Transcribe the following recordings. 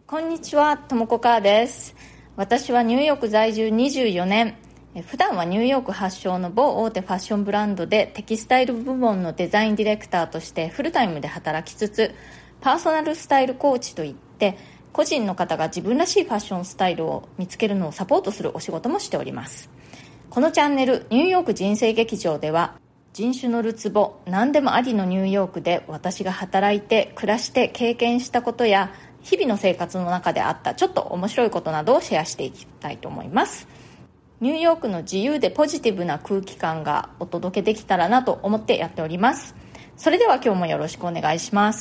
こんにちは、ともこかーです。私はニューヨーク在住24年。普段はニューヨーク発祥の某大手ファッションブランドでテキスタイル部門のデザインディレクターとしてフルタイムで働きつつ、パーソナルスタイルコーチといって個人の方が自分らしいファッションスタイルを見つけるのをサポートするお仕事もしております。このチャンネルニューヨーク人生劇場では、人種のるつぼ何でもありのニューヨークで私が働いて暮らして経験したことや日々の生活の中であったちょっと面白いことなどをシェアしていきたいと思います。ニューヨークの自由でポジティブな空気感がお届けできたらなと思ってやっております。それでは今日もよろしくお願いします。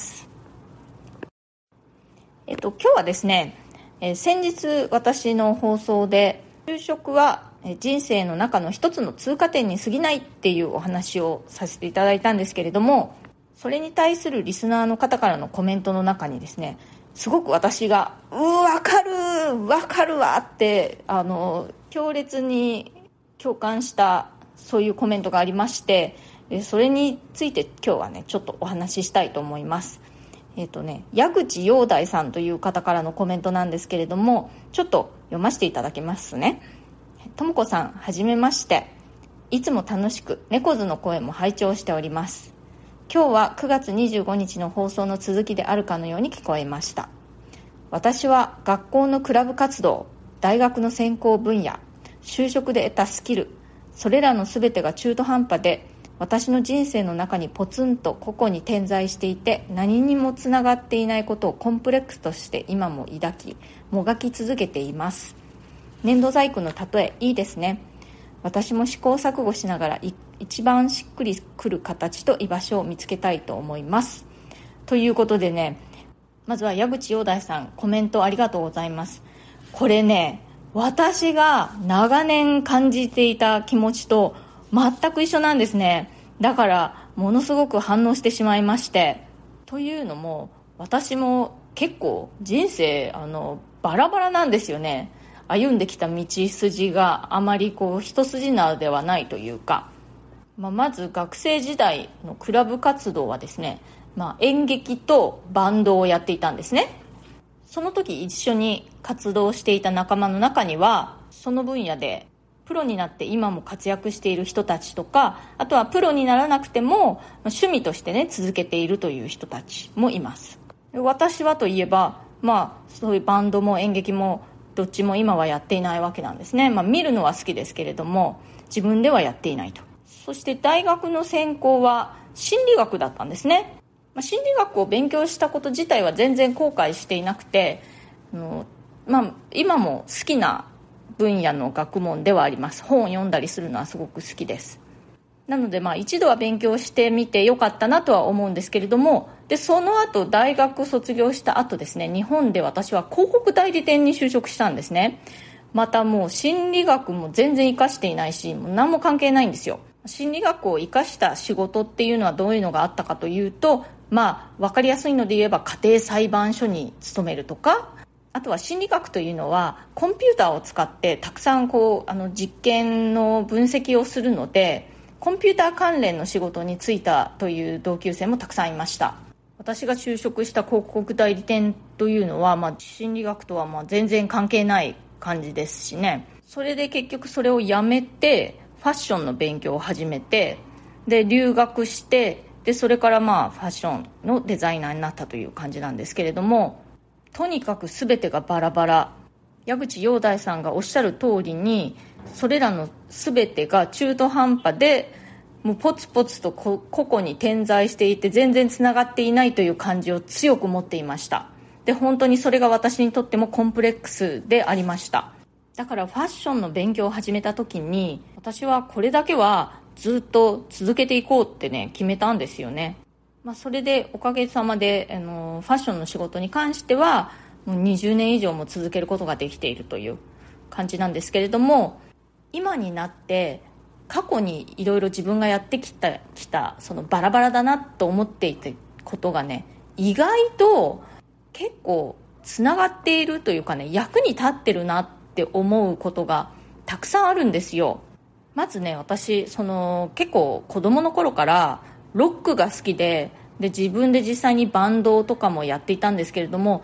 今日はですね、先日私の放送で就職は人生の中の一つの通過点に過ぎないっていうお話をさせていただいたんですけれども、それに対するリスナーの方からのコメントの中にですね、すごく私がわかるわって強烈に共感したそういうコメントがありまして、それについて今日はねちょっとお話ししたいと思います。矢口陽大さんという方からのコメントなんですけれども、ちょっと読ませていただきますね。ともこさん、はじめまして。いつも楽しく猫背の声も拝聴しております。今日は9月25日の放送の続きであるかのように聞こえました。私は学校のクラブ活動、大学の専攻分野、就職で得たスキル、それらの全てが中途半端で、私の人生の中にポツンと個々に点在していて、何にもつながっていないことをコンプレックスとして今も抱き、もがき続けています。粘土細工の例え、いいですね。私も試行錯誤しながら一番しっくりくる形と居場所を見つけたいと思います。ということでね、まずは矢口陽大さん、コメントありがとうございます。これね、私が長年感じていた気持ちと全く一緒なんですね。だからものすごく反応してしまいまして、というのも私も結構人生バラバラなんですよね。歩んできた道筋があまり一筋縄ではないというか、まず学生時代のクラブ活動はですね、演劇とバンドをやっていたんですね。その時一緒に活動していた仲間の中には、その分野でプロになって今も活躍している人たちとか、あとはプロにならなくても趣味としてね続けているという人たちもいます。私はといえば、そういうバンドも演劇もどっちも今はやっていないわけなんですね。見るのは好きですけれども自分ではやっていないと。そして大学の専攻は心理学だったんですね。心理学を勉強したこと自体は全然後悔していなくて、今も好きな分野の学問ではあります。本を読んだりするのはすごく好きです。なので一度は勉強してみてよかったなとは思うんですけれども、でその後大学卒業した後ですね、日本で私は広告代理店に就職したんですね。またもう心理学も全然活かしていないし、もう何も関係ないんですよ。心理学を活かした仕事っていうのはどういうのがあったかというと、分かりやすいので言えば家庭裁判所に勤めるとか、あとは心理学というのはコンピューターを使ってたくさん実験の分析をするので、コンピューター関連の仕事に就いたという同級生もたくさんいました。私が就職した広告代理店というのは、心理学とは全然関係ない感じですしね。それで結局それをやめてファッションの勉強を始めて、で留学して、でそれからファッションのデザイナーになったという感じなんですけれども、とにかく全てがバラバラ。矢口陽大さんがおっしゃる通りに、それらの全てが中途半端で、もうポツポツと個々に点在していて全然つながっていないという感じを強く持っていました。で本当にそれが私にとってもコンプレックスでありました。だからファッションの勉強を始めた時に、私はこれだけはずっと続けていこうってね決めたんですよね。それでおかげさまでファッションの仕事に関してはもう20年以上も続けることができているという感じなんですけれども、今になって過去にいろいろ自分がやってきたそのバラバラだなと思っていたことがね、意外と結構つながっているというかね、役に立ってるなって思うことがたくさんあるんですよ。まずね、私結構子供の頃からロックが好きで自分で実際にバンドとかもやっていたんですけれども、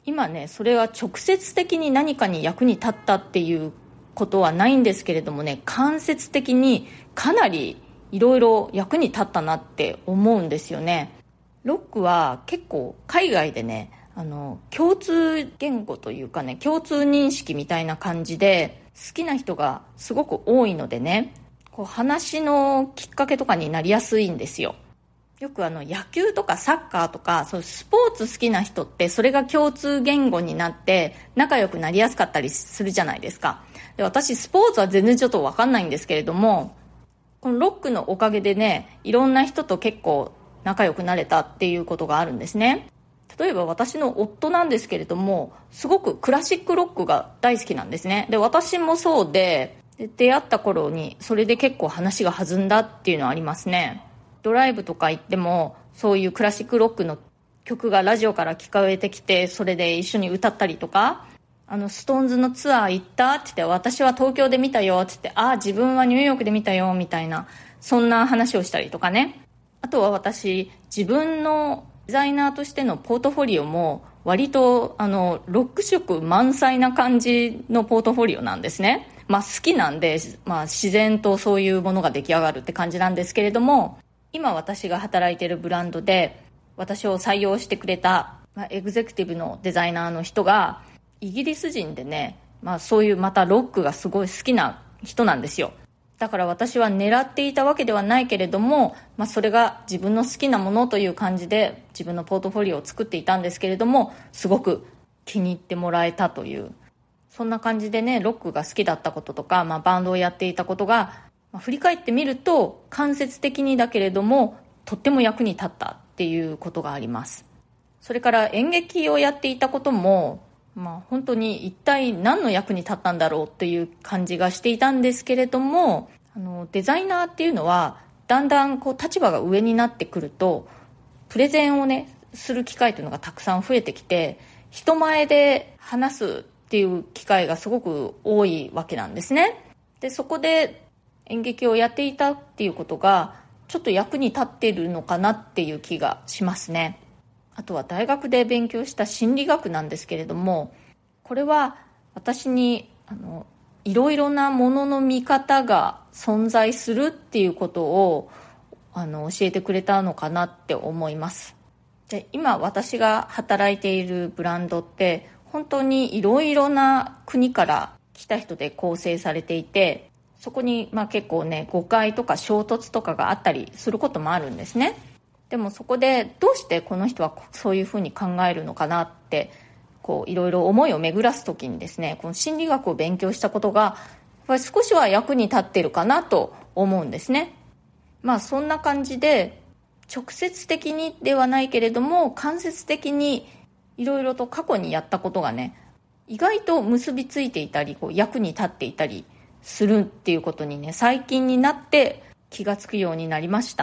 今ね、それは直接的に何かに役に立ったっていうことはないんですけれどもね、間接的にかなりいろいろ役に立ったなって思うんですよね。ロックは結構海外でね、共通言語というかね、共通認識みたいな感じで好きな人がすごく多いのでね、こう話のきっかけとかになりやすいんですよ。よく野球とかサッカーとかそうスポーツ好きな人ってそれが共通言語になって仲良くなりやすかったりするじゃないですか。で、私スポーツは全然ちょっと分かんないんですけれども、このロックのおかげでね、いろんな人と結構仲良くなれたっていうことがあるんですね。例えば私の夫なんですけれども、すごくクラシックロックが大好きなんですね。で、私もそうで、出会った頃にそれで結構話が弾んだっていうのはありますね。ドライブとか行ってもそういうクラシックロックの曲がラジオから聞こえてきて、それで一緒に歌ったりとか、ストーンズのツアー行ったって言って、私は東京で見たよって言って、自分はニューヨークで見たよみたいな、そんな話をしたりとかね。あとは私、自分のデザイナーとしてのポートフォリオも割とロック色満載な感じのポートフォリオなんですね。好きなんで、自然とそういうものが出来上がるって感じなんですけれども、今私が働いているブランドで私を採用してくれた、エグゼクティブのデザイナーの人がイギリス人でね、そういうまたロックがすごい好きな人なんですよ。だから私は狙っていたわけではないけれども、それが自分の好きなものという感じで自分のポートフォリオを作っていたんですけれども、すごく気に入ってもらえたという、そんな感じでね、ロックが好きだったこととか、バンドをやっていたことが、振り返ってみると間接的にだけれどもとっても役に立ったっていうことがあります。それから演劇をやっていたことも、本当に一体何の役に立ったんだろうっていう感じがしていたんですけれども、デザイナーっていうのはだんだん立場が上になってくるとプレゼンをねする機会というのがたくさん増えてきて、人前で話すっていう機会がすごく多いわけなんですね。で、そこで演劇をやっていたっていうことがちょっと役に立っているのかなっていう気がしますね。あとは大学で勉強した心理学なんですけれども、これは私にいろいろなものの見方が存在するっていうことを教えてくれたのかなって思います。で、今私が働いているブランドって本当にいろいろな国から来た人で構成されていて、そこに結構ね誤解とか衝突とかがあったりすることもあるんですね。でもそこでどうしてこの人はそういうふうに考えるのかなっていろいろ思いを巡らすときにですね、この心理学を勉強したことがやっぱり少しは役に立っているかなと思うんですね。そんな感じで直接的にではないけれども間接的にいろいろと過去にやったことがね、意外と結びついていたり役に立っていたりするっていうことにね、最近になって気がつくようになりました。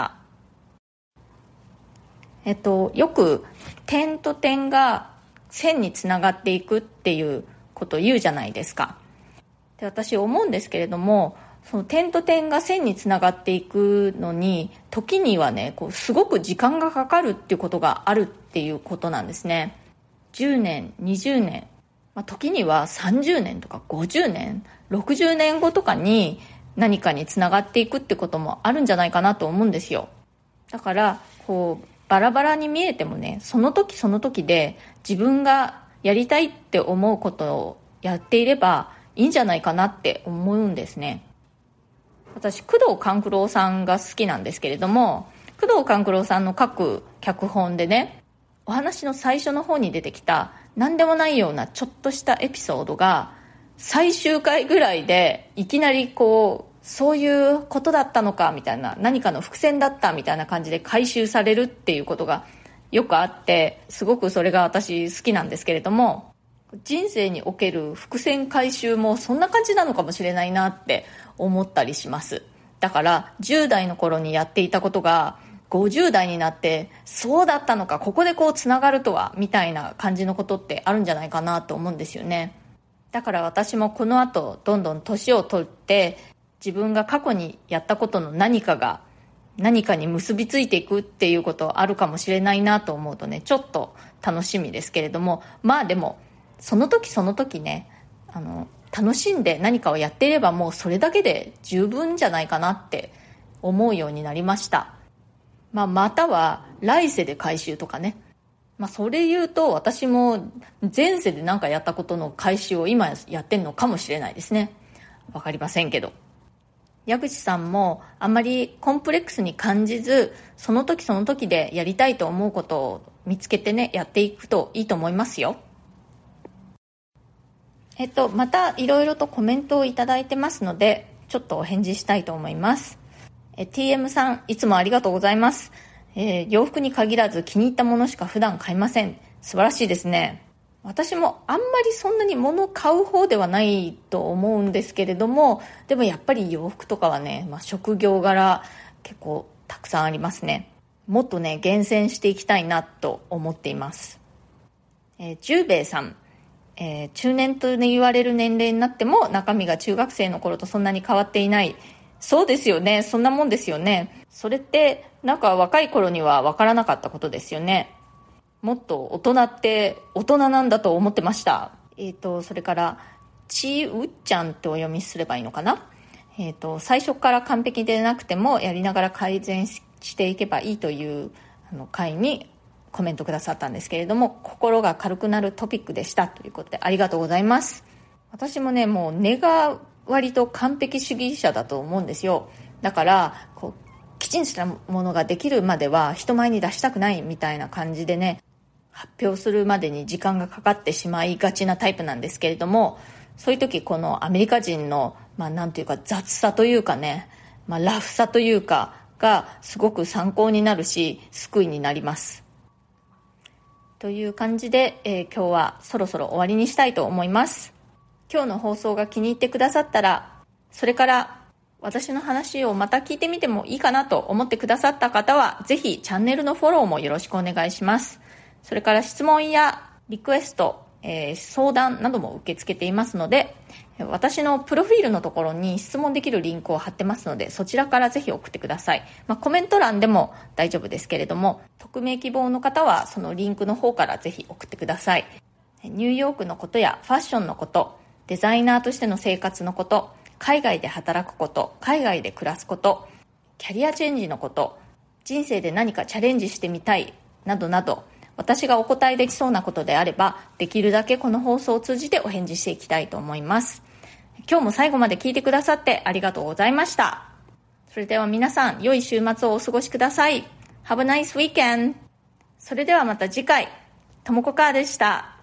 よく点と点が線につながっていくっていうことを言うじゃないですか。で、私思うんですけれども、その点と点が線につながっていくのに時にはねすごく時間がかかるっていうことがあるっていうことなんですね。10年20年、時には30年とか50年60年後とかに何かにつながっていくってこともあるんじゃないかなと思うんですよ。だからバラバラに見えてもね、その時その時で自分がやりたいって思うことをやっていればいいんじゃないかなって思うんですね。私宮藤官九郎さんが好きなんですけれども、宮藤官九郎さんの書く脚本でね、お話の最初の方に出てきた何でもないようなちょっとしたエピソードが最終回ぐらいでいきなりそういうことだったのかみたいな、何かの伏線だったみたいな感じで回収されるっていうことがよくあって、すごくそれが私好きなんですけれども、人生における伏線回収もそんな感じなのかもしれないなって思ったりします。だから10代の頃にやっていたことが50代になってそうだったのか、ここでつながるとはみたいな感じのことってあるんじゃないかなと思うんですよね。だから私もこの後どんどん年を取って自分が過去にやったことの何かが何かに結びついていくっていうことあるかもしれないなと思うとね、ちょっと楽しみですけれども、でもその時その時ね、楽しんで何かをやっていればもうそれだけで十分じゃないかなって思うようになりました。または来世で回収とかね。それ言うと私も前世で何かやったことの回収を今やってんのかもしれないですね。わかりませんけど。矢口さんもあんまりコンプレックスに感じず、その時その時でやりたいと思うことを見つけてね、やっていくといいと思いますよ。またいろいろとコメントをいただいてますので、ちょっとお返事したいと思います。TM さん、いつもありがとうございます。洋服に限らず気に入ったものしか普段買いません。素晴らしいですね。私もあんまりそんなに物を買う方ではないと思うんですけれども、でもやっぱり洋服とかはね、職業柄結構たくさんありますね。もっとね、厳選していきたいなと思っています。十兵衛さん、中年と言われる年齢になっても中身が中学生の頃とそんなに変わっていない。そうですよね。そんなもんですよね。それって若い頃には分からなかったことですよね。もっと大人って大人なんだと思ってました。それからちうっちゃんってお読みすればいいのかな。最初から完璧でなくてもやりながら改善していけばいいという回にコメントくださったんですけれども、心が軽くなるトピックでしたということでありがとうございます。私もね、もう根が割と完璧主義者だと思うんですよ。だからきちんとしたものができるまでは人前に出したくないみたいな感じでね、発表するまでに時間がかかってしまいがちなタイプなんですけれども、そういう時このアメリカ人のなんていうか雑さというかね、ラフさというかがすごく参考になるし救いになります。という感じで、今日はそろそろ終わりにしたいと思います。今日の放送が気に入ってくださったら、それから私の話をまた聞いてみてもいいかなと思ってくださった方は、ぜひチャンネルのフォローもよろしくお願いします。それから質問やリクエスト、相談なども受け付けていますので、私のプロフィールのところに質問できるリンクを貼ってますので、そちらからぜひ送ってください。コメント欄でも大丈夫ですけれども、匿名希望の方はそのリンクの方からぜひ送ってください。ニューヨークのことやファッションのこと、デザイナーとしての生活のこと、海外で働くこと、海外で暮らすこと、キャリアチェンジのこと、人生で何かチャレンジしてみたいなどなど、私がお答えできそうなことであれば、できるだけこの放送を通じてお返事していきたいと思います。今日も最後まで聞いてくださってありがとうございました。それでは皆さん、良い週末をお過ごしください。Have a nice weekend! それではまた次回、ともこかーでした。